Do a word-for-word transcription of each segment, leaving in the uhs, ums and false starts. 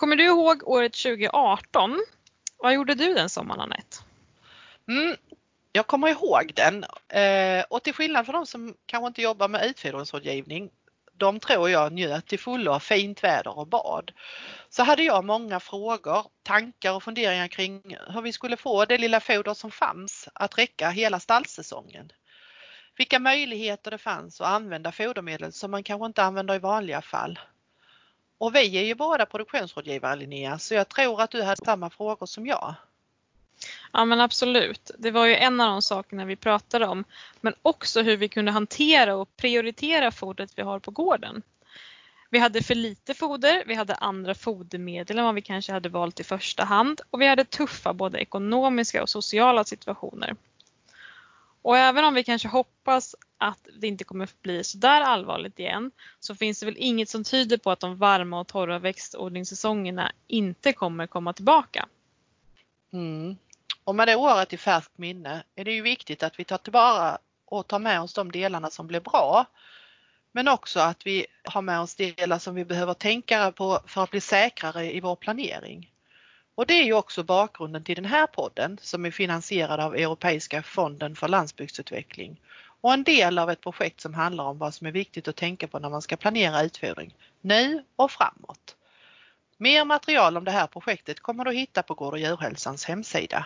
Kommer du ihåg året tjugo arton? Vad gjorde du den sommaren, Anette? Mm, jag kommer ihåg den. Eh, och till skillnad från de som kanske inte jobbar med utfodringsrådgivning, de tror jag njöt till fullo av fint väder och bad. Så hade jag många frågor, tankar och funderingar kring hur vi skulle få det lilla foder som fanns att räcka hela stallsäsongen. Vilka möjligheter det fanns att använda fodermedel som man kanske inte använder i vanliga fall. Och vi är ju båda produktionsrådgivare, Linnea, så jag tror att du hade samma frågor som jag. Ja, men absolut. Det var ju en av de sakerna vi pratade om. Men också hur vi kunde hantera och prioritera fodret vi har på gården. Vi hade för lite foder, vi hade andra fodermedel än vad vi kanske hade valt i första hand. Och vi hade tuffa både ekonomiska och sociala situationer. Och även om vi kanske hoppas att det inte kommer att bli så där allvarligt igen, så finns det väl inget som tyder på att de varma och torra växtodlingssäsongerna inte kommer komma tillbaka. Mm. Och med det året i färskt minne är det ju viktigt att vi tar tillvara och tar med oss de delarna som blir bra. Men också att vi har med oss delar som vi behöver tänka på för att bli säkrare i vår planering. Och det är ju också bakgrunden till den här podden som är finansierad av Europeiska fonden för landsbygdsutveckling. Och en del av ett projekt som handlar om vad som är viktigt att tänka på när man ska planera utfodring nu och framåt. Mer material om det här projektet kommer du att hitta på Gård- och djurhälsans hemsida.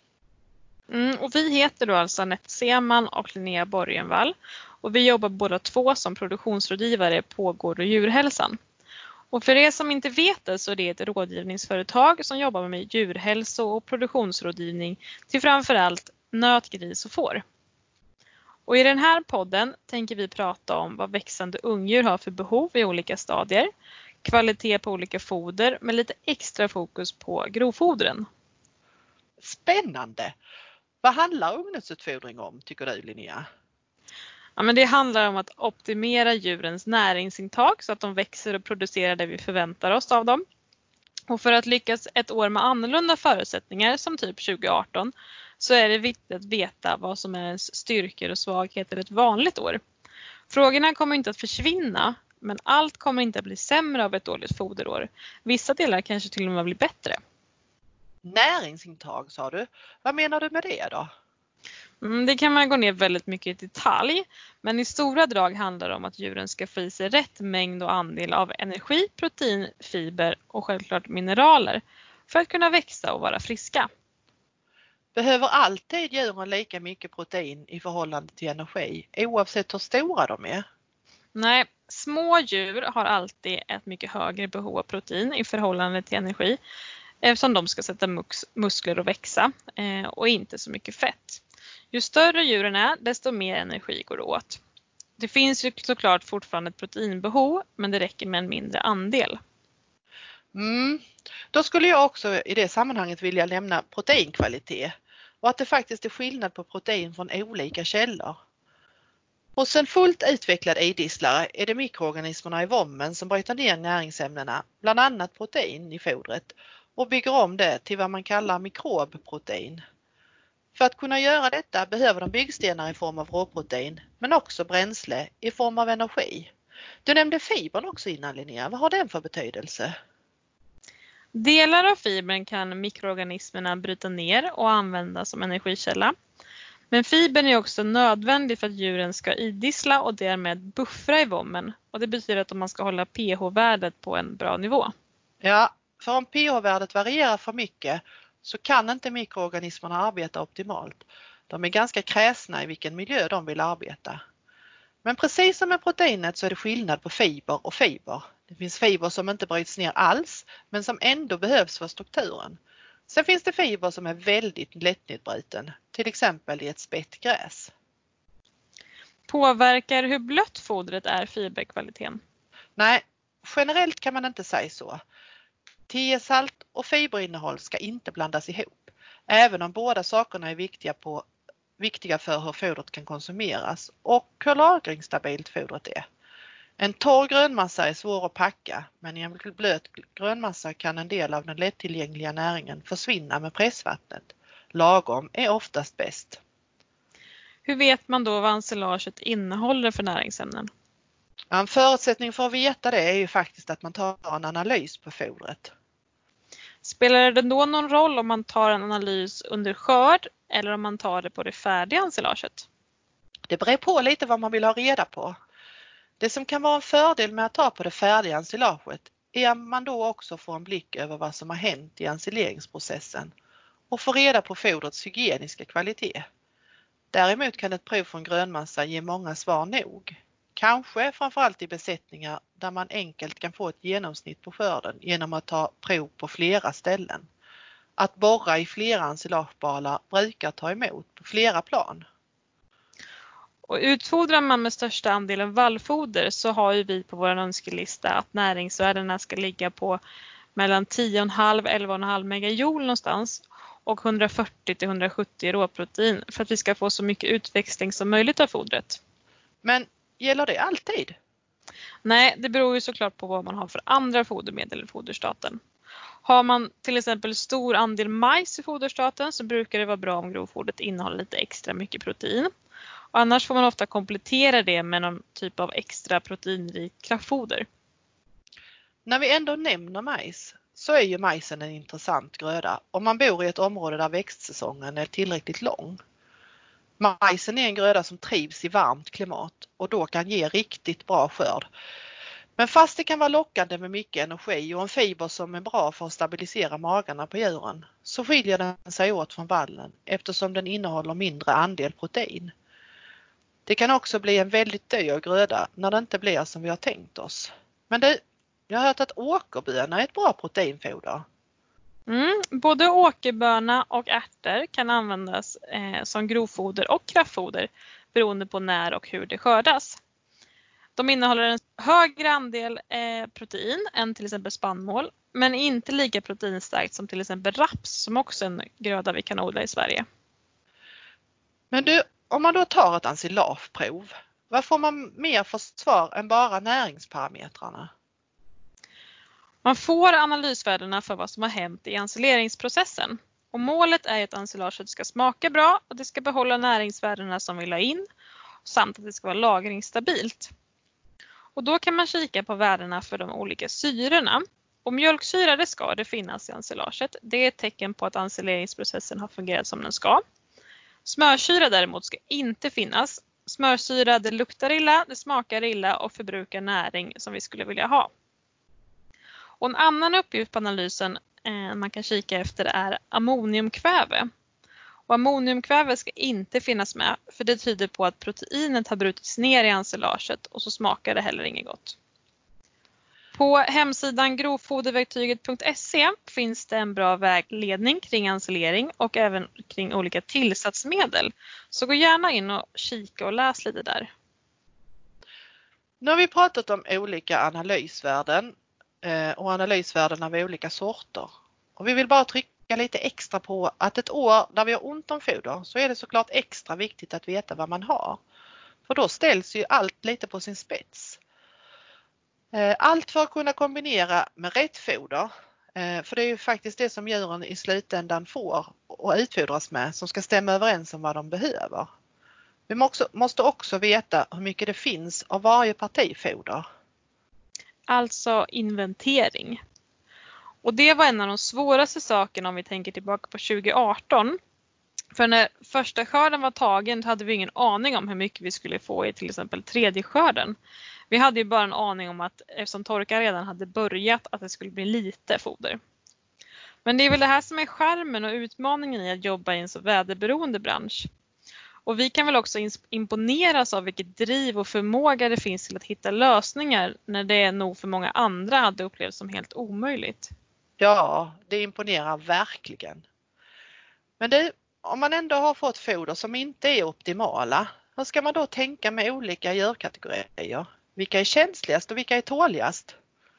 Mm, och vi heter då alltså Anette Seman och Linnea Borgenvall. Och vi jobbar båda två som produktionsrådgivare på Gård- och djurhälsan. Och för er som inte vet det så är det ett rådgivningsföretag som jobbar med djurhälso- och produktionsrådgivning till framförallt nöt, gris och får. Och i den här podden tänker vi prata om vad växande ungdjur har för behov i olika stadier, kvalitet på olika foder med lite extra fokus på grovfodren. Spännande! Vad handlar ungdomsutfodring om, tycker du, Linnea? Ja, men det handlar om att optimera djurens näringsintag så att de växer och producerar det vi förväntar oss av dem. Och för att lyckas ett år med annorlunda förutsättningar som typ tjugo arton så är det viktigt att veta vad som är ens styrkor och svagheter ett vanligt år. Frågorna kommer inte att försvinna, men allt kommer inte att bli sämre av ett dåligt foderår. Vissa delar kanske till och med blir bättre. Näringsintag, sa du. Vad menar du med det då? Mm, det kan man gå ner väldigt mycket i detalj, men i stora drag handlar det om att djuren ska få i sig rätt mängd och andel av energi, protein, fiber och självklart mineraler för att kunna växa och vara friska. Behöver alltid djuren lika mycket protein i förhållande till energi, oavsett hur stora de är? Nej, små djur har alltid ett mycket högre behov av protein i förhållande till energi eftersom de ska sätta mus- muskler och växa eh, och inte så mycket fett. Ju större djuren är, desto mer energi går det åt. Det finns ju såklart fortfarande ett proteinbehov, men det räcker med en mindre andel. Mm. Då skulle jag också i det sammanhanget vilja nämna proteinkvalitet och att det faktiskt är skillnad på protein från olika källor. Hos en fullt utvecklad idisslare är det mikroorganismerna i vommen som bryter ner näringsämnena, bland annat protein i fodret, och bygger om det till vad man kallar mikrobprotein. För att kunna göra detta behöver de byggstenar i form av råprotein, men också bränsle i form av energi. Du nämnde fibern också innan, Linnea. Vad har den för betydelse? Delar av fibern kan mikroorganismerna bryta ner och använda som energikälla. Men fibern är också nödvändig för att djuren ska idissla och därmed buffra i vommen. Och det betyder att man ska hålla pH-värdet på en bra nivå. Ja, för om pH-värdet varierar för mycket så kan inte mikroorganismerna arbeta optimalt. De är ganska kräsna i vilken miljö de vill arbeta. Men precis som med proteinet så är det skillnad på fiber och fiber. Det finns fiber som inte bryts ner alls men som ändå behövs för strukturen. Sen finns det fiber som är väldigt lättnedbruten, till exempel i ett spett gräs. Påverkar hur blött fodret är fiberkvaliteten? Nej, generellt kan man inte säga så. T S-salt och fiberinnehåll ska inte blandas ihop, även om båda sakerna är viktiga, på, viktiga för hur fodret kan konsumeras och hur lagringsstabilt fodret är. En torr grönmassa är svår att packa, men i en blöt grönmassa kan en del av den lättillgängliga näringen försvinna med pressvattnet. Lagom är oftast bäst. Hur vet man då vad ensilaget innehåller för näringsämnen? En förutsättning för att veta det är ju faktiskt att man tar en analys på fodret. Spelar det då någon roll om man tar en analys under skörd eller om man tar det på det färdiga ensilaget? Det beror på lite vad man vill ha reda på. Det som kan vara en fördel med att ta på det färdiga ensilaget är att man då också får en blick över vad som har hänt i ensileringsprocessen och får reda på fodrets hygieniska kvalitet. Däremot kan ett prov från grönmassa ge många svar nog. Kanske framförallt i besättningar där man enkelt kan få ett genomsnitt på skörden genom att ta prov på flera ställen. Att borra i flera ensilagebalar brukar ta emot på flera plan. Och utfodrar man med största andelen vallfoder så har ju vi på vår önskelista att näringsvärdena ska ligga på mellan tio komma fem till elva komma fem megajoule någonstans och hundrafyrtio till hundrasjuttio råprotein för att vi ska få så mycket utväxling som möjligt av fodret. Men gäller det alltid? Nej, det beror ju såklart på vad man har för andra fodermedel i foderstaten. Har man till exempel stor andel majs i foderstaten så brukar det vara bra om grovfodret innehåller lite extra mycket protein. Och annars får man ofta komplettera det med någon typ av extra proteinrikt kraftfoder. När vi ändå nämner majs så är ju majsen en intressant gröda om man bor i ett område där växtsäsongen är tillräckligt lång. Majsen är en gröda som trivs i varmt klimat och då kan ge riktigt bra skörd. Men fast det kan vara lockande med mycket energi och en fiber som är bra för att stabilisera magarna på djuren så skiljer den sig åt från vallen eftersom den innehåller mindre andel protein. Det kan också bli en väldigt dyr gröda när det inte blir som vi har tänkt oss. Men det, jag har hört att åkerböna är ett bra proteinfoder. Mm, både åkerböna och ärtor kan användas eh, som grovfoder och kraftfoder beroende på när och hur det skördas. De innehåller en högre andel eh, protein än till exempel spannmål men inte lika proteinstarkt som till exempel raps som också är en gröda vi kan odla i Sverige. Men du, om man då tar ett ensilageprov, vad får man mer för svar än bara näringsparametrarna? Man får analysvärdena för vad som har hänt i ensileringsprocessen. Och målet är att ensilaget ska smaka bra och det ska behålla näringsvärdena som vi la in samt att det ska vara lagringsstabilt. Och då kan man kika på värdena för de olika syrorna. Och mjölksyra det ska det finnas i ensilaget. Det är ett tecken på att ensileringsprocessen har fungerat som den ska. Smörsyra däremot ska inte finnas. Smörsyra det luktar illa, det smakar illa och förbrukar näring som vi skulle vilja ha. Och en annan uppgift på analysen eh, man kan kika efter är ammoniumkväve. Och ammoniumkväve ska inte finnas med för det tyder på att proteinet har brutits ner i ensilaget och så smakar det heller inget gott. På hemsidan grovfoderverktyget punkt se finns det en bra vägledning kring ensilering och även kring olika tillsatsmedel. Så gå gärna in och kika och läs lite där. Nu har vi pratat om olika analysvärden och analysvärden av olika sorter. Och vi vill bara trycka lite extra på att ett år där vi har ont om foder så är det såklart extra viktigt att veta vad man har. För då ställs ju allt lite på sin spets. Allt för att kunna kombinera med rätt foder. För det är ju faktiskt det som djuren i slutändan får och utfodras med som ska stämma överens om vad de behöver. Vi måste också veta hur mycket det finns av varje partifoder. Alltså inventering. Och det var en av de svåraste sakerna om vi tänker tillbaka på tjugo arton. För när första skörden var tagen hade vi ingen aning om hur mycket vi skulle få i till exempel tredje skörden. Vi hade ju bara en aning om att eftersom torkan redan hade börjat att det skulle bli lite foder. Men det är väl det här som är charmen och utmaningen i att jobba i en så väderberoende bransch. Och vi kan väl också imponeras av vilket driv och förmåga det finns till att hitta lösningar när det nog för många andra hade upplevts som helt omöjligt. Ja, det imponerar verkligen. Men det, om man ändå har fått foder som inte är optimala, hur ska man då tänka med olika djurkategorier? Vilka är känsligast och vilka är tåligast?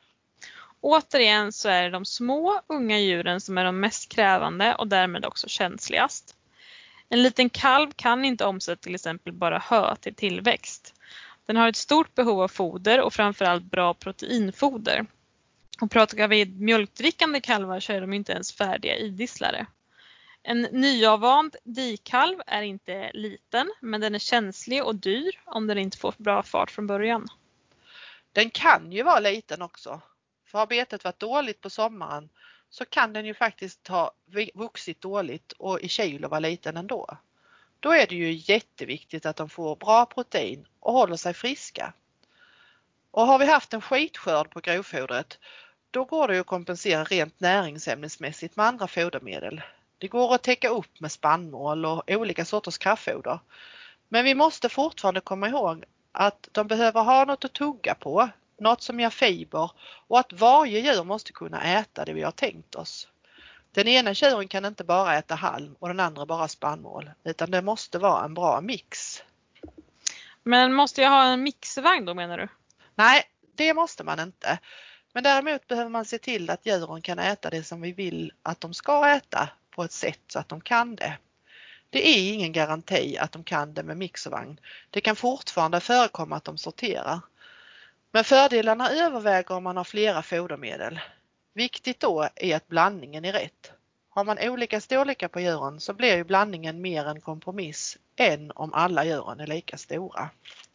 Återigen så är det de små, unga djuren som är de mest krävande och därmed också känsligast. En liten kalv kan inte omsätta till exempel bara hö till tillväxt. Den har ett stort behov av foder och framförallt bra proteinfoder. Och pratar vi mjölkdrickande kalvar så är de inte ens färdiga idisslare. En nyavvand dikalv är inte liten men den är känslig och dyr om den inte får bra fart från början. Den kan ju vara liten också. För har betet varit dåligt på sommaren så kan den ju faktiskt ha vuxit dåligt och i kilo vara liten ändå. Då är det ju jätteviktigt att de får bra protein och håller sig friska. Och har vi haft en skitskörd på grovfodret, då går det ju att kompensera rent näringsämnesmässigt med andra fodermedel. Det går att täcka upp med spannmål och olika sorters kraftfoder. Men vi måste fortfarande komma ihåg att de behöver ha något att tugga på, något som ger fiber och att varje djur måste kunna äta det vi har tänkt oss. Den ena tjuren kan inte bara äta halm och den andra bara spannmål, utan det måste vara en bra mix. Men måste jag ha en mixvagn då, menar du? Nej, det måste man inte. Men däremot behöver man se till att djuren kan äta det som vi vill att de ska äta på ett sätt så att de kan det. Det är ingen garanti att de kan det med mixervagn. Det kan fortfarande förekomma att de sorterar. Men fördelarna överväger om man har flera fodermedel. Viktigt då är att blandningen är rätt. Har man olika storlekar på djuren så blir ju blandningen mer en kompromiss än om alla djuren är lika stora.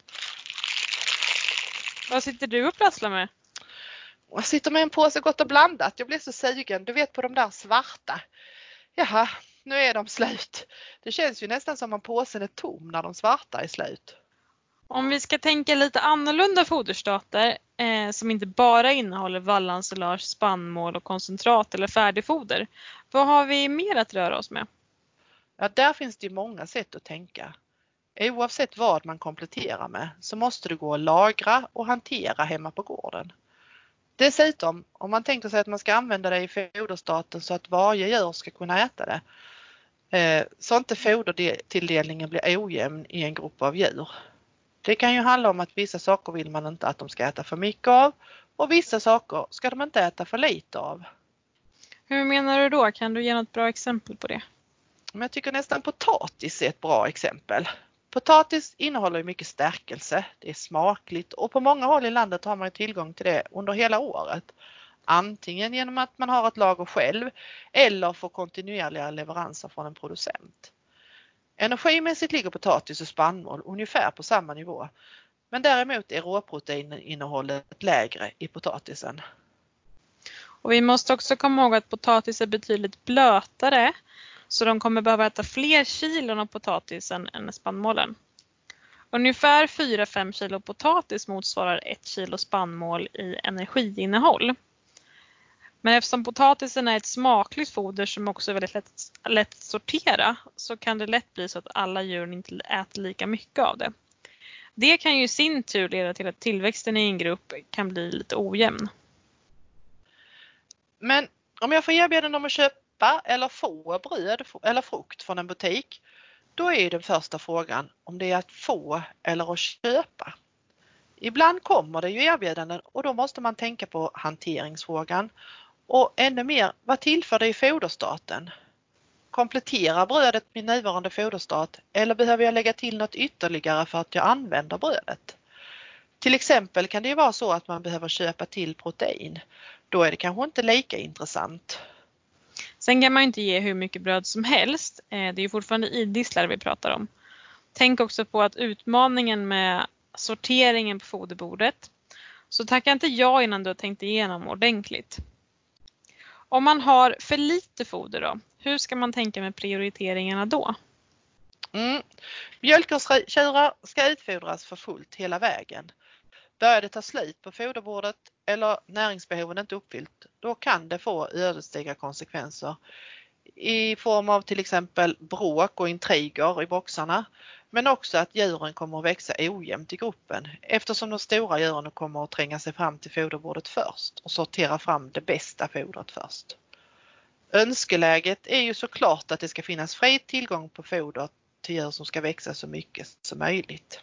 Vad sitter du och prasslar med? Jag sitter med en påse Gott och blandat. Jag blir så sugen. Du vet på de där svarta. Jaha, nu är de slut. Det känns ju nästan som om påsen är tom när de svarta är slut. Om vi ska tänka lite annorlunda foderstater eh, som inte bara innehåller vallensilage, spannmål och koncentrat eller färdigfoder. Vad har vi mer att röra oss med? Ja, där finns det ju många sätt att tänka. Oavsett vad man kompletterar med så måste det gå att lagra och hantera hemma på gården. Dessutom, om man tänker sig att man ska använda det i foderstaten så att varje djur ska kunna äta det, eh, så inte fodertilldelningen blir ojämn i en grupp av djur. Det kan ju handla om att vissa saker vill man inte att de ska äta för mycket av och vissa saker ska de inte äta för lite av. Hur menar du då? Kan du ge något bra exempel på det? Men jag tycker nästan potatis är ett bra exempel. Potatis innehåller mycket stärkelse, det är smakligt och på många håll i landet har man tillgång till det under hela året. Antingen genom att man har ett lager själv eller får kontinuerliga leveranser från en producent. Energimässigt ligger potatis och spannmål ungefär på samma nivå, men däremot är råproteininnehållet lägre i potatisen. Och vi måste också komma ihåg att potatis är betydligt blötare, så de kommer behöva äta fler kilon av potatisen än spannmålen. Ungefär fyra till fem kilo potatis motsvarar ett kilo spannmål i energiinnehåll. Men eftersom potatisen är ett smakligt foder som också är väldigt lätt, lätt att sortera, så kan det lätt bli så att alla djur inte äter lika mycket av det. Det kan ju i sin tur leda till att tillväxten i en grupp kan bli lite ojämn. Men om jag får erbjuda dem att köpa eller få bröd eller frukt från en butik, då är den första frågan om det är att få eller att köpa. Ibland kommer det ju erbjudanden och då måste man tänka på hanteringsfrågan. Och ännu mer, vad tillför det i foderstaten? Kompletterar brödet min nuvarande foderstat eller behöver jag lägga till något ytterligare för att jag använder brödet? Till exempel kan det ju vara så att man behöver köpa till protein. Då är det kanske inte lika intressant. Sen kan man inte ge hur mycket bröd som helst. Det är ju fortfarande idisslar vi pratar om. Tänk också på att utmaningen med sorteringen på foderbordet. Så tacka inte ja innan du har tänkt igenom ordentligt. Om man har för lite foder då, hur ska man tänka med prioriteringarna då? Mm. Mjölkertjurar ska utfodras för fullt hela vägen. Börjar det ta slut på foderbordet eller näringsbehoven inte uppfyllt, då kan det få ödesdigra konsekvenser i form av till exempel bråk och intriger i boxarna, men också att djuren kommer att växa ojämnt i gruppen eftersom de stora djuren kommer att tränga sig fram till foderbordet först och sortera fram det bästa fodret först. Önskeläget är ju såklart att det ska finnas fri tillgång på foder till djur som ska växa så mycket som möjligt.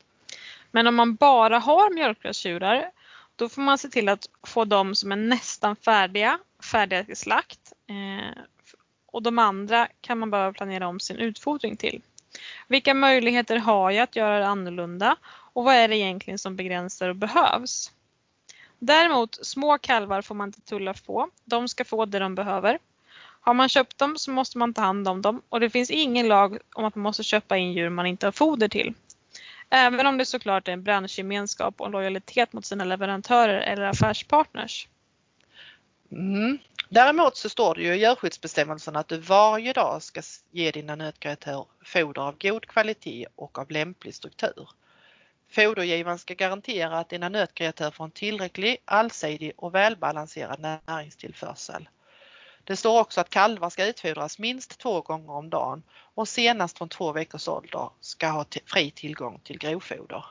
Men om man bara har mjölkgrästjurar, då får man se till att få dem som är nästan färdiga, färdiga till slakt. Eh, och de andra kan man behöva planera om sin utfodring till. Vilka möjligheter har jag att göra det annorlunda och vad är det egentligen som begränsar och behövs? Däremot, små kalvar får man inte tulla på. De ska få det de behöver. Har man köpt dem så måste man ta hand om dem och det finns ingen lag om att man måste köpa in djur man inte har foder till. Även om det såklart är en branschgemenskap och lojalitet mot sina leverantörer eller affärspartners. Mm. Däremot så står det ju i djurskyddsbestämmelserna att du varje dag ska ge dina nötkreatur foder av god kvalitet och av lämplig struktur. Fodergivaren ska garantera att dina nötkreatur får en tillräcklig, allsidig och välbalanserad näringstillförsel. Det står också att kalvar ska utfodras minst två gånger om dagen och senast från två veckors ålder ska ha fri tillgång till grovfoder.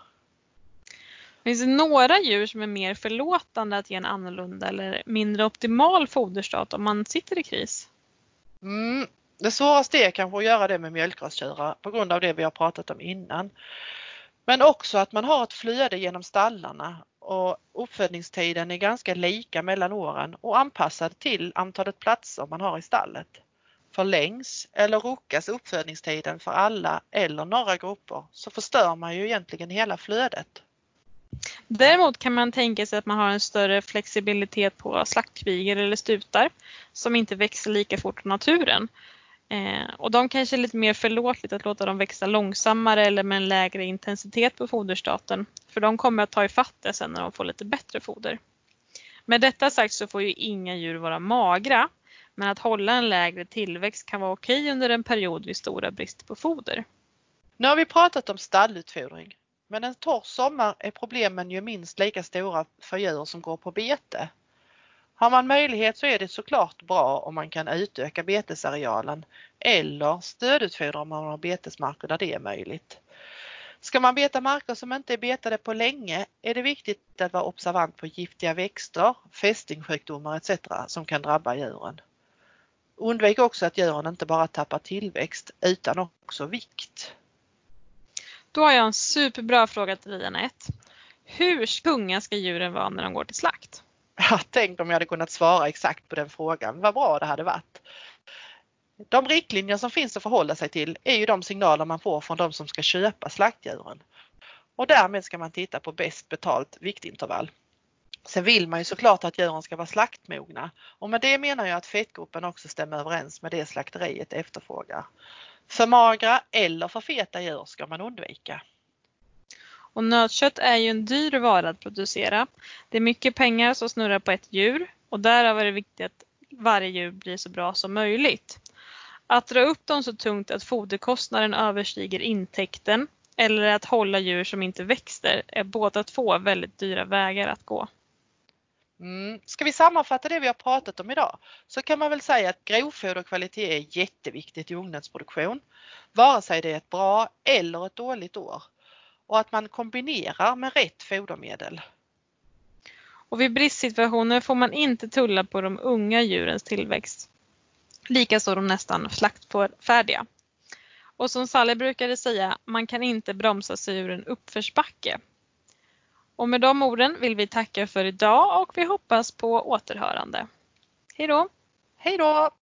Finns det några djur som är mer förlåtande att ge en annorlunda eller mindre optimal foderstat om man sitter i kris? Mm, det svåraste är kanske att göra det med mjölkrastjurar på grund av det vi har pratat om innan. Men också att man har ett flöde genom stallarna och uppfödningstiden är ganska lika mellan åren och anpassad till antalet platser man har i stallet. Förlängs eller ruckas uppfödningstiden för alla eller några grupper så förstör man ju egentligen hela flödet. Däremot kan man tänka sig att man har en större flexibilitet på slaktkvigor eller stutar som inte växer lika fort i naturen. Eh, och de kanske är lite mer förlåtligt att låta dem växa långsammare eller med en lägre intensitet på foderstaten. För de kommer att ta ifatt det sen när de får lite bättre foder. Med detta sagt så får ju inga djur vara magra. Men att hålla en lägre tillväxt kan vara okej under en period vid stora brist på foder. Nu har vi pratat om stallutfodring. Men en torr sommar är problemen ju minst lika stora för djur som går på bete. Har man möjlighet så är det såklart bra om man kan utöka betesarealen eller stödutfodra om man har betesmarker där det är möjligt. Ska man beta marker som inte är betade på länge är det viktigt att vara observant på giftiga växter, fästingsjukdomar et cetera som kan drabba djuren. Undvik också att djuren inte bara tappar tillväxt utan också vikt. Då har jag en superbra fråga till dig, Anette. Hur tunga ska djuren vara när de går till slakt? Jag tänkte om jag hade kunnat svara exakt på den frågan. Vad bra det hade varit. De riktlinjer som finns att förhålla sig till är ju de signaler man får från de som ska köpa slaktdjuren. Och därmed ska man titta på bäst betalt viktintervall. Sen vill man ju såklart att djuren ska vara slaktmogna. Och med det menar jag att fettgruppen också stämmer överens med det slakteriet efterfrågar. För magra eller för feta djur ska man undvika. Och nötkött är ju en dyr vara att producera. Det är mycket pengar som snurrar på ett djur och därav är det viktigt att varje djur blir så bra som möjligt. Att dra upp dem så tungt att foderkostnaden överstiger intäkten eller att hålla djur som inte växer är båda två väldigt dyra vägar att gå. Mm. Ska vi sammanfatta det vi har pratat om idag så kan man väl säga att grovfoderkvalitet är jätteviktigt i ugnsproduktion. Vare sig det är ett bra eller ett dåligt år. Och att man kombinerar med rätt fodermedel. Och vid bristsituationer får man inte tulla på de unga djurens tillväxt. Likaså de nästan slaktfärdiga. Och som Sally brukade säga, man kan inte bromsa sig ur en uppförsbacke. Och med de orden vill vi tacka för idag och vi hoppas på återhörande. Hej då! Hej då!